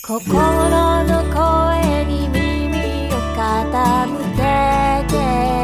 心の声に耳を傾けて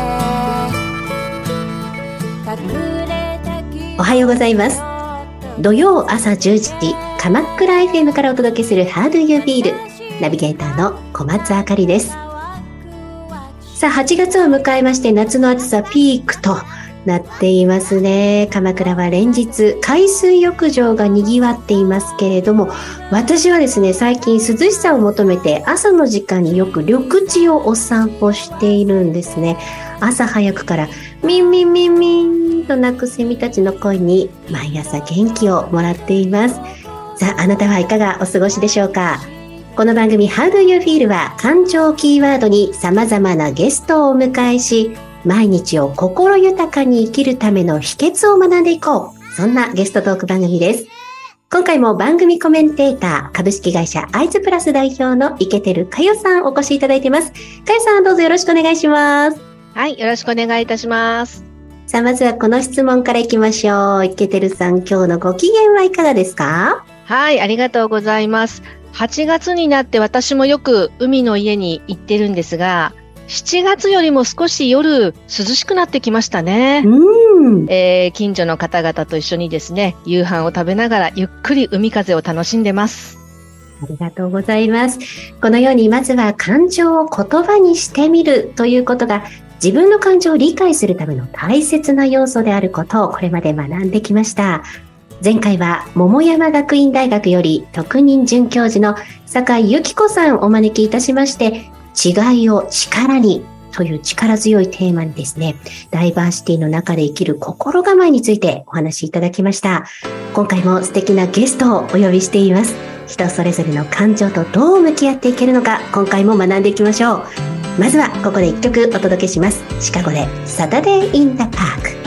隠れたおはようございます。土曜朝10時鎌倉 FM からお届けする How do you feel？ ナビゲーターの小松あかりです。さあ8月を迎えまして夏の暑さピークとなっていますね。鎌倉は連日海水浴場が賑わっていますけれども、私はですね最近涼しさを求めて朝の時間によく緑地をお散歩しているんですね。朝早くからミンミンミンミンと鳴くセミたちの声に毎朝元気をもらっています。さあ、あなたはいかがお過ごしでしょうか。この番組 How do you feel は感情をキーワードに様々なゲストをお迎えし、毎日を心豊かに生きるための秘訣を学んでいこう。そんなゲストトーク番組です。今回も番組コメンテーター、株式会社アイズプラス代表のイケてるかよさんお越しいただいています。かよさん、どうぞよろしくお願いします。 はい、よろしくお願いいたします。 さあ、まずはこの質問からいきましょう。イケてるさん、今日のご機嫌はいかがですか？ はい、ありがとうございます。8月になって私もよく海の家に行ってるんですが、7月よりも少し夜涼しくなってきましたね。近所の方々と一緒にですね、夕飯を食べながらゆっくり海風を楽しんでます。 ありがとうございます。このようにまずは感情を言葉にしてみるということが自分の感情を理解するための大切な要素であることをこれまで学んできました。前回は桃山学院大学より特任准教授の酒井由紀子さんをお招きいたしまして、違いを力にという力強いテーマにですね、ダイバーシティの中で生きる心構えについてお話しいただきました。今回も素敵なゲストをお呼びしています。人それぞれの感情とどう向き合っていけるのか、今回も学んでいきましょう。まずはここで1曲お届けします。シカゴでサタデーインザパーク。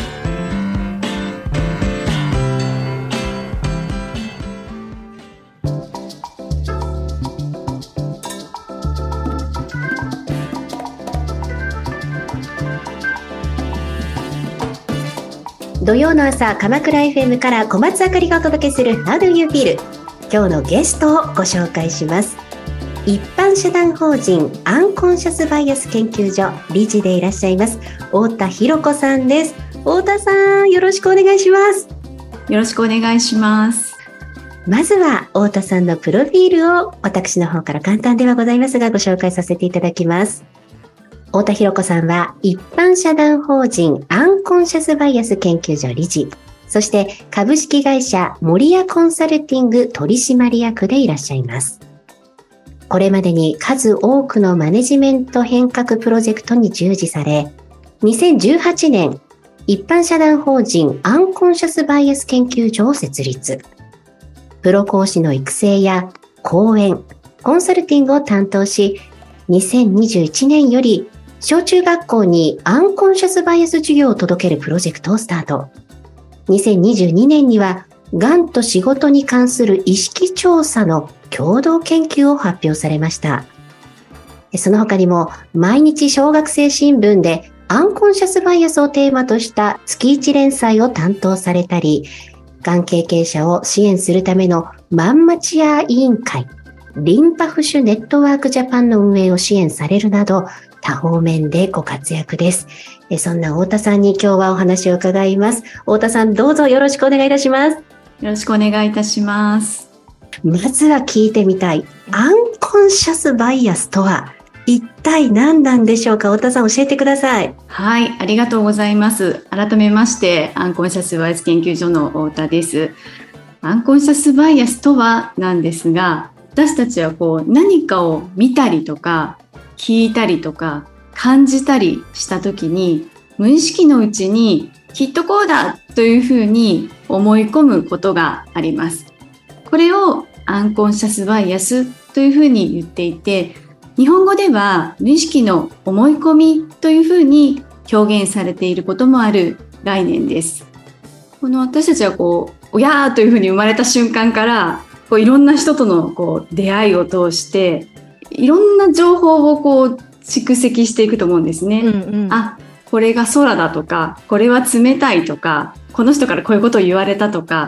土曜の朝、鎌倉 FM から小松あかりがお届けする How do you feel？ 今日のゲストをご紹介します。一般社団法人アンコンシャスバイアス研究所理事でいらっしゃいます太田博子さんです。太田さん、よろしくお願いします。 よろしくお願いします。 まずは太田さんのプロフィールを私の方から簡単ではございますがご紹介させていただきます。太田博子さんは一般社団法人アンコンシャスバイアス研究所理事、そして株式会社森屋コンサルティング取締役でいらっしゃいます。これまでに数多くのマネジメント変革プロジェクトに従事され、2018年一般社団法人アンコンシャスバイアス研究所を設立。プロ講師の育成や講演、コンサルティングを担当し、2021年より小中学校にアンコンシャスバイアス授業を届けるプロジェクトをスタート。2022年には、がんと仕事に関する意識調査の共同研究を発表されました。その他にも、毎日小学生新聞でアンコンシャスバイアスをテーマとした月1連載を担当されたり、がん経験者を支援するためのマンマチア委員会、リンパ浮腫ネットワークジャパンの運営を支援されるなど、多方面でご活躍です。そんな太田さんに今日はお話を伺います。太田さん、どうぞよろしくお願いいたします。 よろしくお願いいたします。 まずは聞いてみたい。アンコンシャスバイアスとは一体何なんでしょうか？太田さん、教えてください。 はい、ありがとうございます。改めまして、アンコンシャスバイアス研究所の太田です。アンコンシャスバイアスとはなんですが、私たちは何かを見たりとか聞いたりとか感じたりしたときに、無意識のうちにきっとこうだというふうに思い込むことがあります。これをアンコンシャスバイアスというふうに言っていて、日本語では無意識の思い込みというふうに表現されていることもある概念です。私たちはおやーというふうに生まれた瞬間からいろんな人との出会いを通していろんな情報を蓄積していくと思うんですね。あ、これが空だとか、これは冷たいとか、この人からこういうことを言われたとか、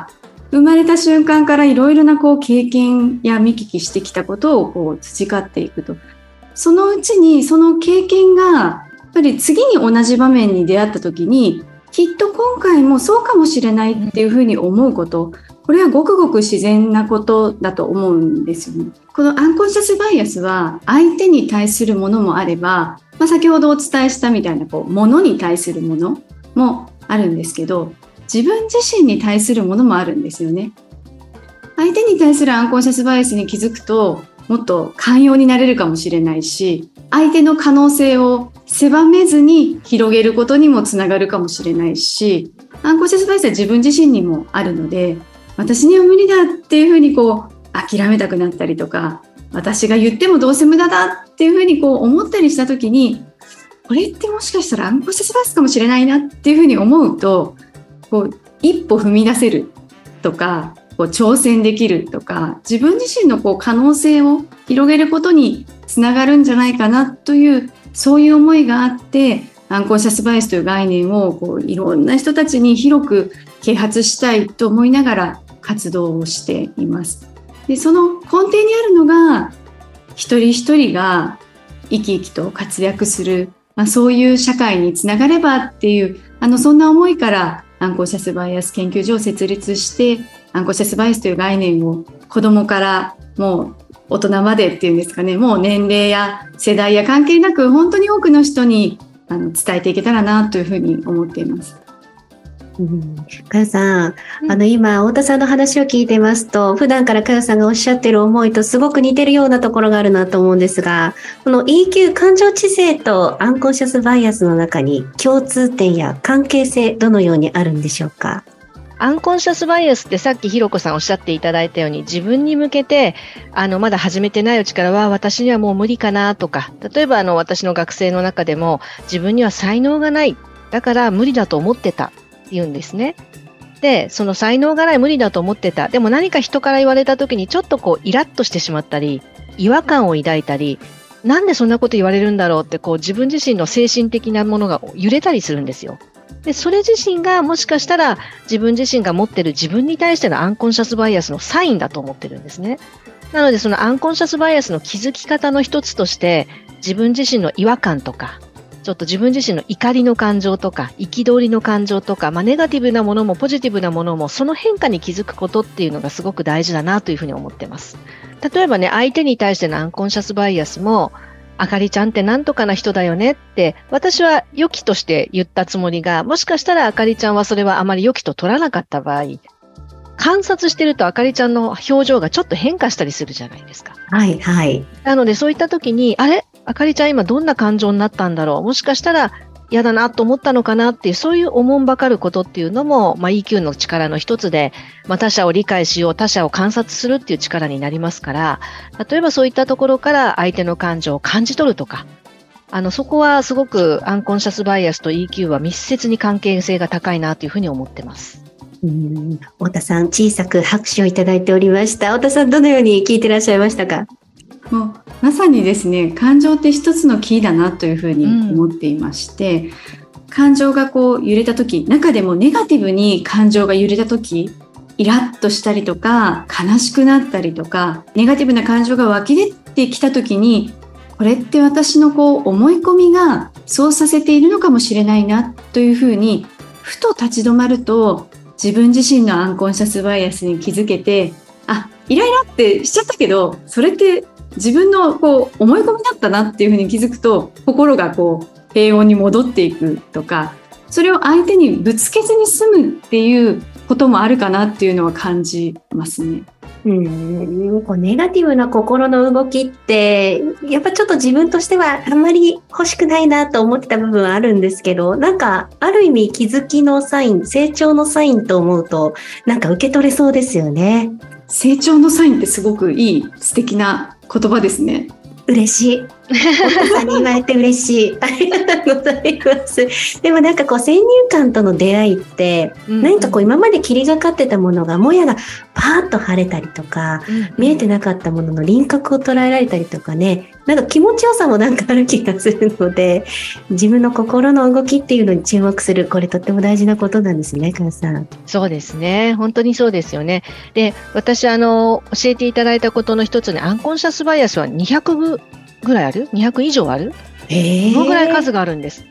生まれた瞬間からいろいろな経験や見聞きしてきたことを培っていくと、そのうちにその経験がやっぱり次に同じ場面に出会った時にきっと今回もそうかもしれないっていうふうに思うこと、これはごくごく自然なことだと思うんですよね。このアンコンシャスバイアスは相手に対するものもあれば、先ほどお伝えしたみたいなものに対するものもあるんですけど、自分自身に対するものもあるんですよね。相手に対するアンコンシャスバイアスに気づくともっと寛容になれるかもしれないし、相手の可能性を狭めずに広げることにもつながるかもしれないし、アンコンシャスバイアスは自分自身にもあるので、私には無理だっていうふうに諦めたくなったりとか、私が言ってもどうせ無駄だっていうふうに思ったりした時に、これってもしかしたらアンコンシャスバイアスかもしれないなっていうふうに思うと、一歩踏み出せるとか、挑戦できるとか、自分自身の可能性を広げることにつながるんじゃないかなという、そういう思いがあって、アンコンシャスバイアスという概念をいろんな人たちに広く啓発したいと思いながら活動をしています。で、その根底にあるのが、一人一人が生き生きと活躍する、そういう社会につながればっていう、そんな思いからアンコンシャスバイアス研究所を設立して、アンコンシャスバイアスという概念を子どもからもう大人までっていうんですかね、もう年齢や世代や関係なく本当に多くの人に伝えていけたらなというふうに思っています。 かよさん、今太田さんの話を聞いてますと、普段からかよさんがおっしゃっている思いとすごく似てるようなところがあるなと思うんですが、この EQ 感情知性とアンコンシャスバイアスの中に共通点や関係性、どのようにあるんでしょうか？ アンコンシャスバイアスってさっきひろこさんおっしゃっていただいたように、自分に向けてまだ始めてないうちからは私にはもう無理かなとか、例えば私の学生の中でも自分には才能がない、だから無理だと思ってたって言うんですね。で、その才能がない、無理だと思ってた、でも何か人から言われた時にちょっとイラッとしてしまったり、違和感を抱いたり、なんでそんなこと言われるんだろうって自分自身の精神的なものが揺れたりするんですよ。で、それ自身がもしかしたら自分自身が持っている自分に対してのアンコンシャスバイアスのサインだと思ってるんですね。なのでそのアンコンシャスバイアスの気づき方の一つとして、自分自身の違和感とか、ちょっと自分自身の怒りの感情とか、憤りの感情とか、ネガティブなものもポジティブなものも、その変化に気づくことっていうのがすごく大事だなというふうに思ってます。例えばね、相手に対してのアンコンシャスバイアスも、あかりちゃんってなんとかな人だよねって私は良きとして言ったつもりが、もしかしたらあかりちゃんはそれはあまり良きと取らなかった場合、観察してるとあかりちゃんの表情がちょっと変化したりするじゃないですか。 はいはい。 なのでそういった時に、あれあかりちゃん今どんな感情になったんだろう、もしかしたら嫌だなと思ったのかなっていう、そういうおもんばかることっていうのも、EQ の力の一つで、他者を理解しよう、他者を観察するっていう力になりますから、例えばそういったところから相手の感情を感じ取るとか、そこはすごくアンコンシャスバイアスと EQ は密接に関係性が高いなというふうに思ってます。 太田さん、小さく拍手をいただいておりました。太田さん、どのように聞いてらっしゃいましたか？ もうまさにですね、感情って一つのキーだなというふうに思っていまして、感情が揺れた時、中でもネガティブに感情が揺れた時、イラッとしたりとか悲しくなったりとか、ネガティブな感情が湧き出てきた時に、これって私の思い込みがそうさせているのかもしれないなというふうにふと立ち止まると、自分自身のアンコンシャスバイアスに気づけて、イライラってしちゃったけど、それって自分の思い込みだったなっていうふうに気づくと、心が平穏に戻っていくとか、それを相手にぶつけずに済むっていうこともあるかなっていうのは感じますね。 ネガティブな心の動きってやっぱちょっと自分としてはあんまり欲しくないなと思ってた部分はあるんですけど、なんかある意味気づきのサイン、成長のサインと思うとなんか受け取れそうですよね。 成長のサインってすごくいい素敵な言葉ですね。 嬉しい。 太田さんに言われて嬉しい。ありがとうございます。でもなんかこう先入観との出会いって、何かこう今まで霧がかってたものがもやがパーッと晴れたりとか、見えてなかったものの輪郭を捉えられたりとかね、なんか気持ちよさもなんかある気がするので、自分の心の動きっていうのに注目する、これとっても大事なことなんですね、かなさん。 そうですね。本当にそうですよね。で、私教えていただいたことの一つに、アンコンシャスバイアスは200ぐらいある ?200 以上ある？そのぐらい数があるんですって。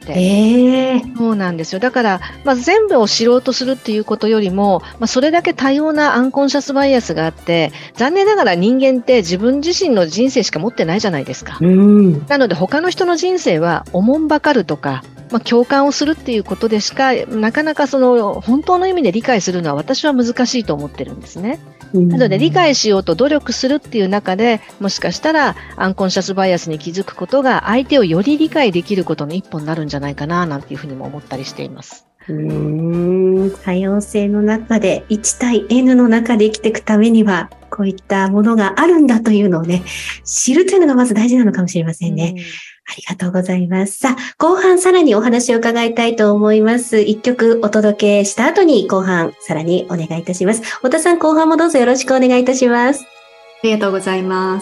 そうなんですよ。だから、全部を知ろうとするっていうことよりも、それだけ多様なアンコンシャスバイアスがあって、残念ながら人間って自分自身の人生しか持ってないじゃないですか。なので他の人の人生はおもんばかるとか、共感をするっていうことでしか、なかなかその本当の意味で理解するのは私は難しいと思ってるんですね。なので理解しようと努力するっていう中で、もしかしたらアンコンシャスバイアスに気づくことが相手をより理解できることの一歩になるんじゃないかな、なんていうふうにも思ったりしています。 多様性の中で1対 N の中で生きていくためには、こういったものがあるんだというのをね、知るというのがまず大事なのかもしれませんね。ありがとうございます。さあ、後半さらにお話を伺いたいと思います。一曲お届けした後に後半さらにお願いいたします。太田さん、後半もどうぞよろしくお願いいたします。 ありがとうございます。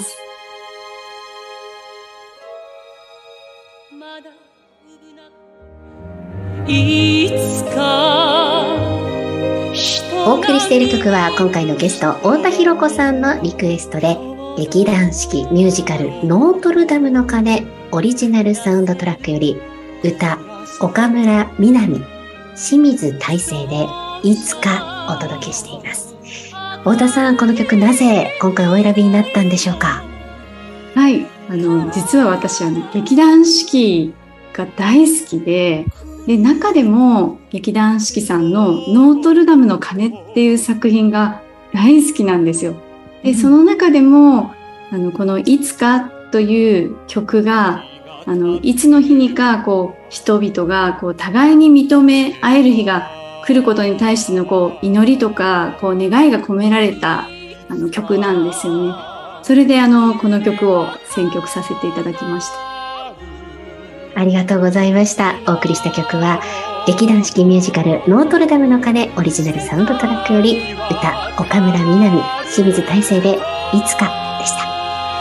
お送りしている曲は今回のゲスト太田裕子さんのリクエストで、劇団四季ミュージカルノートルダムの鐘オリジナルサウンドトラックより、歌岡村みなみ、清水大成でいつかお届けしています。太田さん、この曲なぜ今回お選びになったんでしょうか？ はい、実は私劇団四季が大好きで、中でも劇団四季さんのノートルダムの鐘っていう作品が大好きなんですよ。で、その中でもこのいつかという曲がいつの日にか人々が互いに認め合える日が来ることに対しての祈りとか願いが込められた曲なんですよね。それでこの曲を選曲させていただきました。 ありがとうございました。お送りした曲は劇団四季ミュージカルノートルダムの鐘オリジナルサウンドトラックより、歌岡村みなみ、清水大成でいつかでした。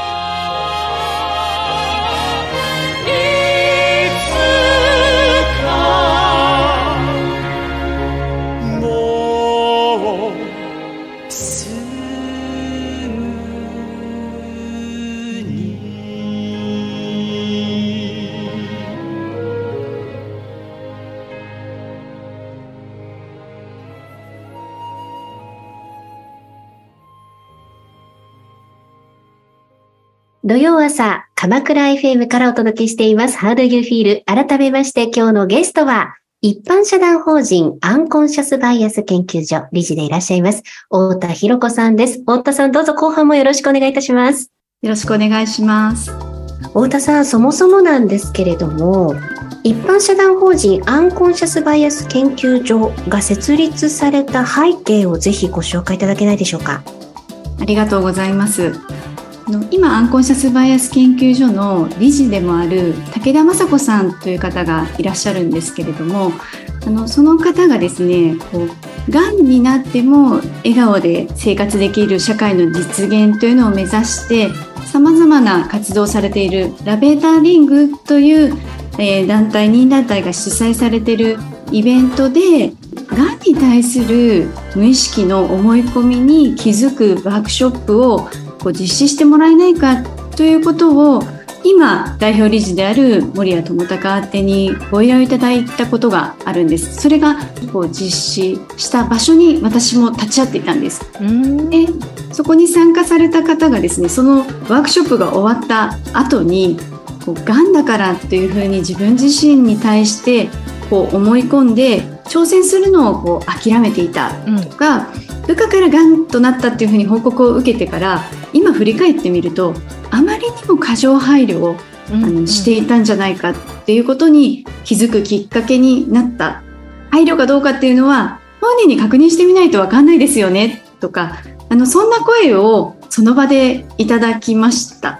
土曜朝、鎌倉 FM からお届けしています。How do you feel? 改めまして今日のゲストは、一般社団法人アンコンシャスバイアス研究所理事でいらっしゃいます、太田裕子さんです。太田さん、どうぞ後半もよろしくお願いいたします。 よろしくお願いします。 太田さん、そもそもなんですけれども、一般社団法人アンコンシャスバイアス研究所が設立された背景をぜひご紹介いただけないでしょうか？ ありがとうございます。今アンコンシャスバイアス研究所の理事でもある武田雅子さんという方がいらっしゃるんですけれども、その方がですね、がんになっても笑顔で生活できる社会の実現というのを目指してさまざまな活動をされているラベーターリングという任意団体が主催されているイベントで、がんに対する無意識の思い込みに気づくワークショップを実施してもらえないかということを今代表理事である守屋智隆宛てにご依頼いただいたことがあるんです。それが実施した場所に私も立ち会っていたんです。で、そこに参加された方がですね、そのワークショップが終わった後にがんだからというふうに自分自身に対して思い込んで挑戦するのを諦めていたとか、部下からがんとなったっていうふうに報告を受けてから今振り返ってみると、あまりにも過剰配慮をしていたんじゃないかっていうことに気づくきっかけになった。配慮かどうかっていうのは本人に確認してみないと分かんないですよねとか、そんな声をその場でいただきました。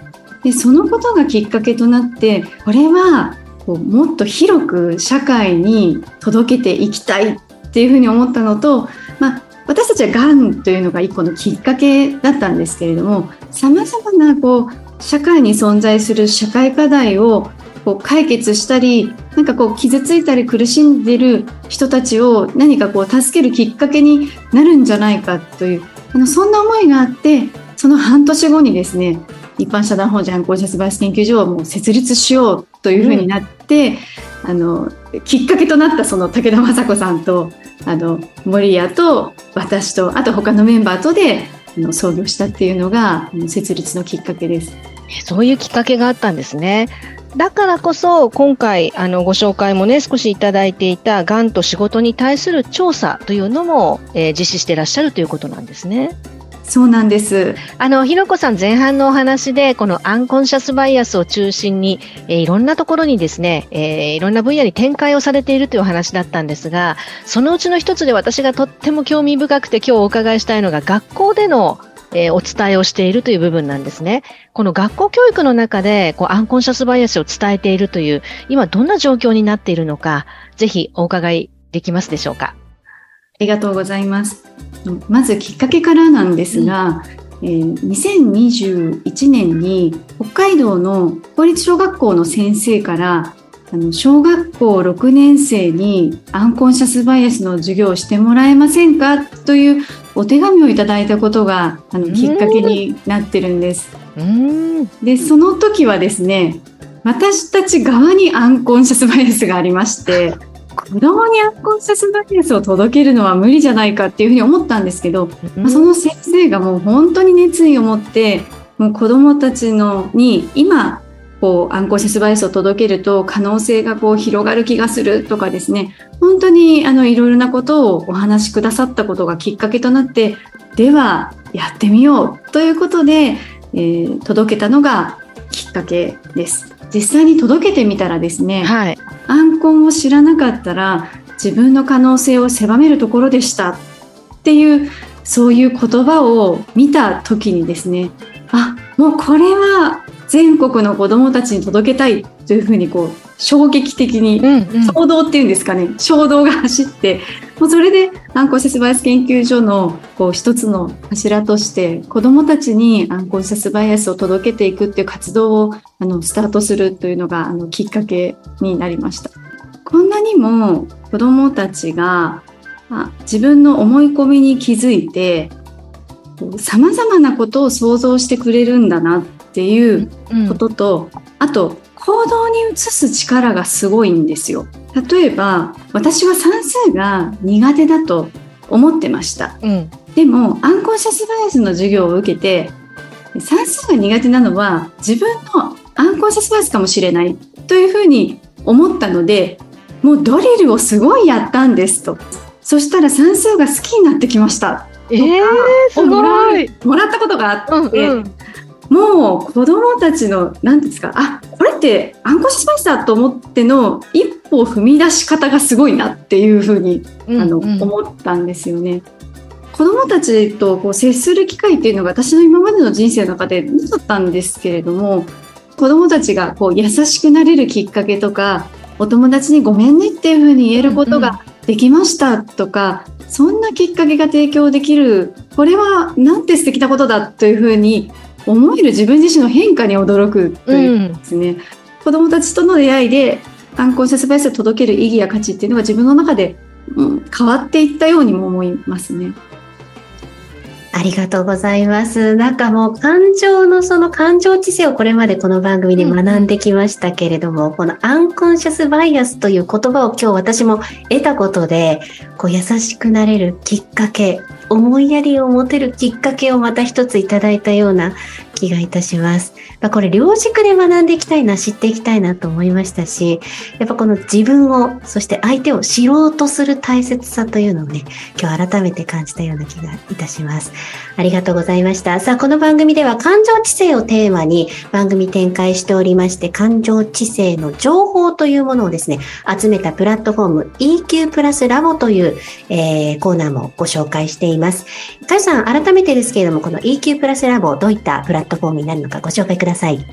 でそのことがきっかけとなって、これはこうもっと広く社会に届けていきたいっていうふうに思ったのと、私たちはがんというのが一個のきっかけだったんですけれども、さまざまな社会に存在する社会課題を解決したり、傷ついたり苦しんでいる人たちを何か助けるきっかけになるんじゃないかというそんな思いがあって、その半年後にですね、一般社団法人アンコンシャスバイアス研究所をもう設立しようというふうになって、きっかけとなったその武田雅子さんと森谷と私とあと他のメンバーとで創業したっていうのが設立のきっかけです。 そういうきっかけがあったんですね。だからこそ今回ご紹介もね少しいただいていたがんと仕事に対する調査というのも、実施していらっしゃるということなんですね。 そうなんです。 ひろこさん前半のお話でこのアンコンシャスバイアスを中心に、いろんなところにですね、いろんな分野に展開をされているというお話だったんですが、そのうちの一つで私がとっても興味深くて今日お伺いしたいのが学校でのお伝えをしているという部分なんですね。この学校教育の中でアンコンシャスバイアスを伝えているという今どんな状況になっているのか、ぜひお伺いできますでしょうか。 ありがとうございます。まずきっかけからなんですが、2021年に北海道の公立小学校の先生から小学校6年生にアンコンシャスバイアスの授業をしてもらえませんかというお手紙をいただいたことがきっかけになってるんです。でその時はですね、私たち側にアンコンシャスバイアスがありまして、子供にアンコンシャスバイアスを届けるのは無理じゃないかっていうふうに思ったんですけど、その先生がもう本当に熱意を持ってもう子供たちに今アンコンシャスバイアスを届けると可能性が広がる気がするとかですね、本当にいろいろなことをお話しくださったことがきっかけとなって、ではやってみようということで、届けたのがきっかけです。実際に届けてみたらですね、アンコンを知らなかったら自分の可能性を狭めるところでしたっていう、そういう言葉を見た時にですね、もうこれは全国の子どもたちに届けたいというふうに衝撃的に、衝動っていうんですかね、衝動が走って、もうそれでアンコンシャスバイアス研究所の一つの柱として子どもたちにアンコンシャスバイアスを届けていくっていう活動をスタートするというのがきっかけになりました。こんなにも子どもたちが自分の思い込みに気づいてさまざまなことを想像してくれるんだなっていうことと、あと行動に移す力がすごいんですよ。例えば私は算数が苦手だと思ってました、でもアンコンシャスバイアスの授業を受けて、算数が苦手なのは自分のアンコンシャスバイアスかもしれないというふうに思ったので、もうドリルをすごいやったんですと。そしたら算数が好きになってきましたすごいもらったことがあって、もう子どもたちの何ですか、これってアンコンシャスバイアスだと思っての一歩を踏み出し方がすごいなっていうふうに思ったんですよね。子どもたちと接する機会っていうのが私の今までの人生の中でなかったんですけれども、子どもたちが優しくなれるきっかけとか、お友達にごめんねっていうふうに言えることができましたとか、そんなきっかけが提供できる、これはなんて素敵なことだというふうに思える自分自身の変化に驚くというですね、子どもたちとの出会いでアンコンシャスバイアスを届ける意義や価値っていうのが自分の中で、変わっていったようにも思いますね。 ありがとうございます。もう感情のその感情知性をこれまでこの番組で学んできましたけれども、このアンコンシャスバイアスという言葉を今日私も得たことで、優しくなれるきっかけ、思いやりを持てるきっかけをまた一ついただいたような気がいたします。これ両軸で学んでいきたいな、知っていきたいなと思いましたし、やっぱこの自分を、そして相手を知ろうとする大切さというのをね、今日改めて感じたような気がいたします。ありがとうございました。さあ、この番組では感情知性をテーマに番組展開しておりまして、感情知性の情報というものをですね、集めたプラットフォーム EQ プラスラボという、コーナーもご紹介しています。かよさん、改めてですけれども、この EQ プラスラボ、どういったプラットフォームになるのかご紹介ください。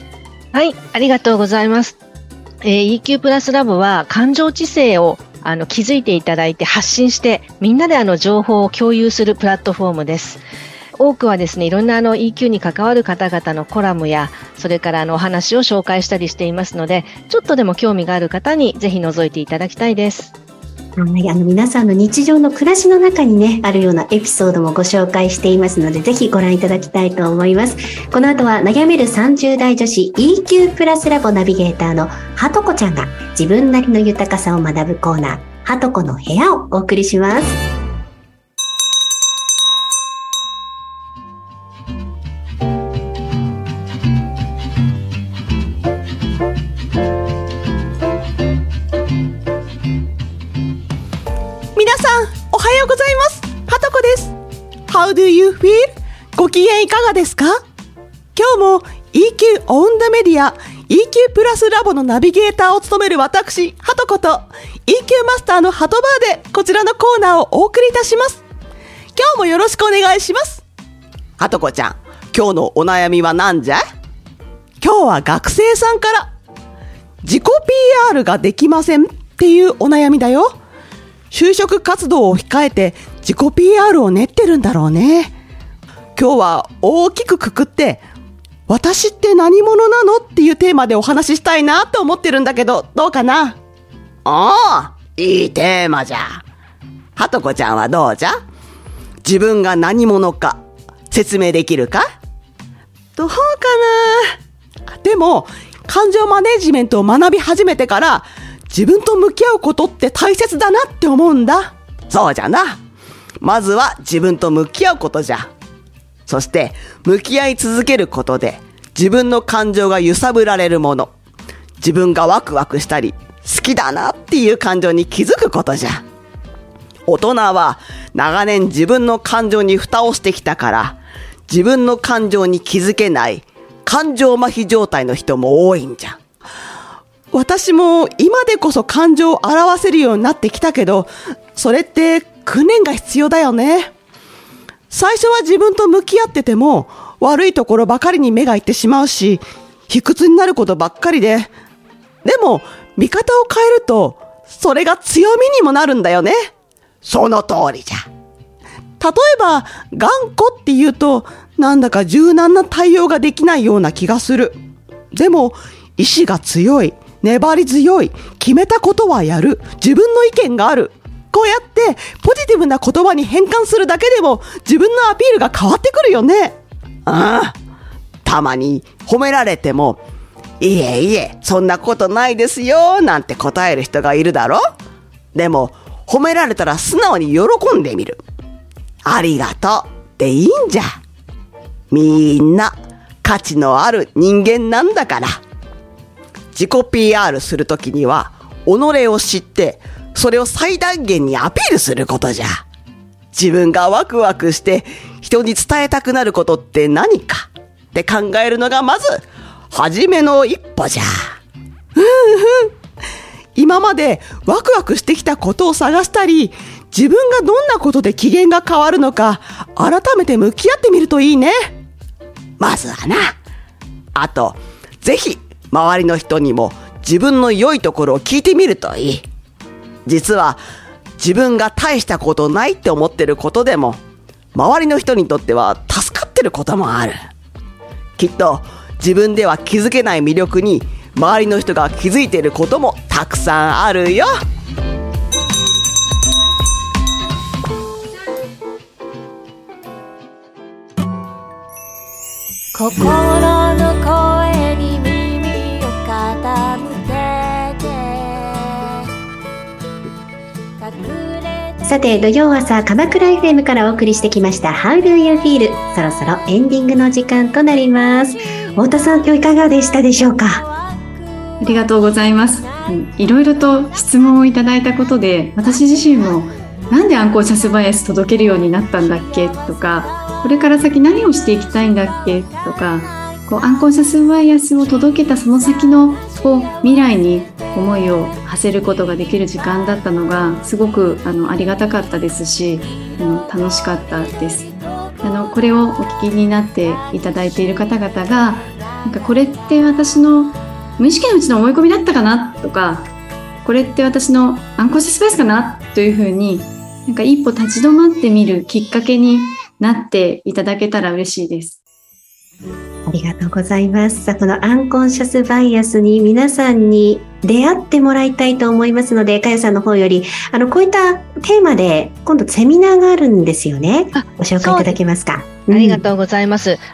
はい、ありがとうございます。EQ プラスラボは感情知性を気づいていただいて発信してみんなで情報を共有するプラットフォームです。多くはですね、いろんなEQ に関わる方々のコラムや、それからお話を紹介したりしていますので、ちょっとでも興味がある方にぜひ覗いていただきたいです。 はい、皆さんの日常の暮らしの中にね、あるようなエピソードもご紹介していますので、ぜひご覧いただきたいと思います。この後は悩める30代女子 EQ プラスラボナビゲーターのはとこちゃんが自分なりの豊かさを学ぶコーナー、はとこの部屋をお送りします。 皆さん、おはようございます。はとこです。How do you feel? ご機嫌いかがですか？今日も EQ オンダメディア EQ プラスラボのナビゲーターを務める私、はとこと EQ マスターのはとばーでこちらのコーナーをお送りいたします。今日もよろしくお願いします。はとこちゃん、今日のお悩みは何じゃ？今日は学生さんから自己 PR ができませんっていうお悩みだよ。就職活動を控えて自己 PR を練ってるんだろうね。今日は大きくくくって私って何者なのっていうテーマでお話ししたいなと思ってるんだけど、どうかな？ ああ、いいテーマじゃ。はとこちゃんはどうじゃ？自分が何者か説明できるか？ どうかな。でも感情マネジメントを学び始めてから自分と向き合うことって大切だなって思うんだ。 そうじゃな。まずは自分と向き合うことじゃ。そして向き合い続けることで自分の感情が揺さぶられるもの、自分がワクワクしたり好きだなっていう感情に気づくことじゃ。大人は長年自分の感情に蓋をしてきたから、自分の感情に気づけない感情麻痺状態の人も多いんじゃ。 私も今でこそ感情を表せるようになってきたけど、それって訓練が必要だよね。最初は自分と向き合ってても悪いところばかりに目がいってしまうし、卑屈になることばっかりで、でも見方を変えるとそれが強みにもなるんだよね。 その通りじゃ。 例えば頑固って言うとなんだか柔軟な対応ができないような気がする。でも意志が強い、粘り強い、決めたことはやる、自分の意見がある。こうやってポジティブな言葉に変換するだけでも自分のアピールが変わってくるよね。 ああ、たまに褒められても、いえいえ、そんなことないですよ、なんて答える人がいるだろ。でも褒められたら素直に喜んでみる。ありがとうっていいんじゃ。みんな価値のある人間なんだから。自己 PR するときには己を知ってそれを最大限にアピールすることじゃ。自分がワクワクして人に伝えたくなることって何かって考えるのがまず初めの一歩じゃ。 今までワクワクしてきたことを探したり、自分がどんなことで機嫌が変わるのか改めて向き合ってみるといいね。 まずはな。あとぜひ周りの人にも自分の良いところを聞いてみるといい。実は自分が大したことないって思ってることでも周りの人にとっては助かってることもある。きっと自分では気づけない魅力に周りの人が気づいていることもたくさんあるよ。 心の声に耳を傾けて隠れて。 さて、土曜朝鎌倉 FM からお送りしてきました How do you feel? そろそろエンディングの時間となります。太田さん、今日いかがでしたでしょうか？ ありがとうございます。いろいろと質問をいただいたことで、私自身もなんでアンコンシャスバイアス届けるようになったんだっけとか、これから先何をしていきたいんだっけとか、アンコンシャスバイアスを届けたその先の未来に思いを馳せることができる時間だったのがすごくありがたかったですし、楽しかったです。これをお聞きになっていただいている方々がなんかこれって私の無意識のうちの思い込みだったかなとか、これって私のアンコンシャスバイアスかなというふうに、なんか一歩立ち止まってみるきっかけになっていただけたら嬉しいです。 ありがとうございます。さあ、このアンコンシャスバイアスに皆さんに出会ってもらいたいと思いますので、かよさんの方より、こういったテーマで今度セミナーがあるんですよね。ご紹介いただけますか。 ありがとうございます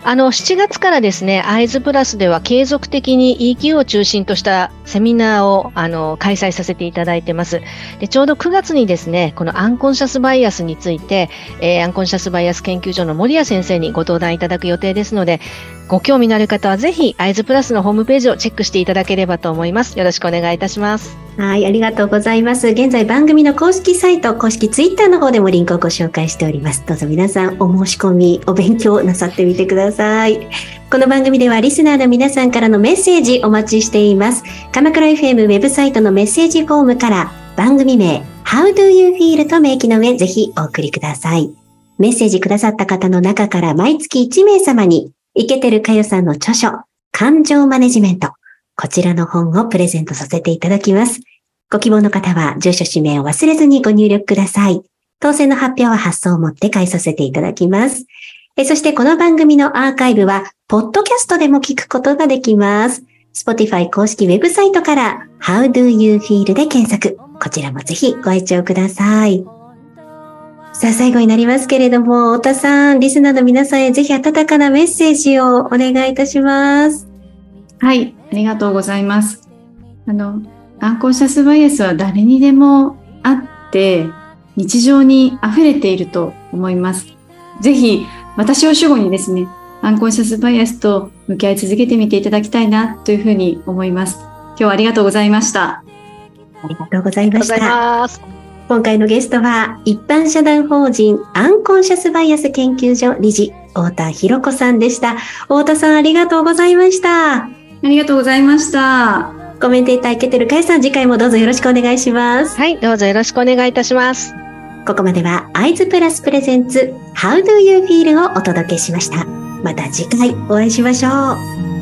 。7月からですね、アイズプラスでは継続的に EQ を中心としたセミナーを開催させていただいてます。で、ちょうど9月にですね、このアンコンシャスバイアスについて、アンコンシャスバイアス研究所の森谷先生にご登壇いただく予定ですので、ご興味のある方はぜひアイズプラスのホームページをチェックしていただければと思います。よろしくお願いいたします。 はい、ありがとうございます。現在番組の公式サイト、公式ツイッターの方でもリンクをご紹介しております。どうぞ皆さんお申し込み、お勉強なさってみてください。この番組ではリスナーの皆さんからのメッセージお待ちしています。鎌倉 FM ウェブサイトのメッセージフォームから番組名 How do you feel と明記の上ぜひお送りください。メッセージくださった方の中から毎月1名様にイケてるかよさんの著書感情マネジメント、こちらの本をプレゼントさせていただきます。ご希望の方は住所氏名を忘れずにご入力ください。当選の発表は発送をもって返させていただきます。そしてこの番組のアーカイブはポッドキャストでも聞くことができます。Spotify 公式ウェブサイトから How do you feel で検索。こちらもぜひご愛聴ください。さあ、最後になりますけれども、太田さん、リスナーの皆さんへぜひ温かなメッセージをお願いいたします。 はい、ありがとうございます。アンコンシャスバイアスは誰にでもあって、日常に溢れていると思います。ぜひ、私を主語にですね、アンコンシャスバイアスと向き合い続けてみていただきたいなというふうに思います。今日はありがとうございました。 ありがとうございました。今回のゲストは、一般社団法人アンコンシャスバイアス研究所理事、太田博子さんでした。太田さん、ありがとうございました。 ありがとうございました。 コメンテーターイケてるかよさん、次回もどうぞよろしくお願いします。 はい、どうぞよろしくお願いいたします。 ここまではアイズプラスプレゼンツ How do you feel をお届けしました。また次回お会いしましょう。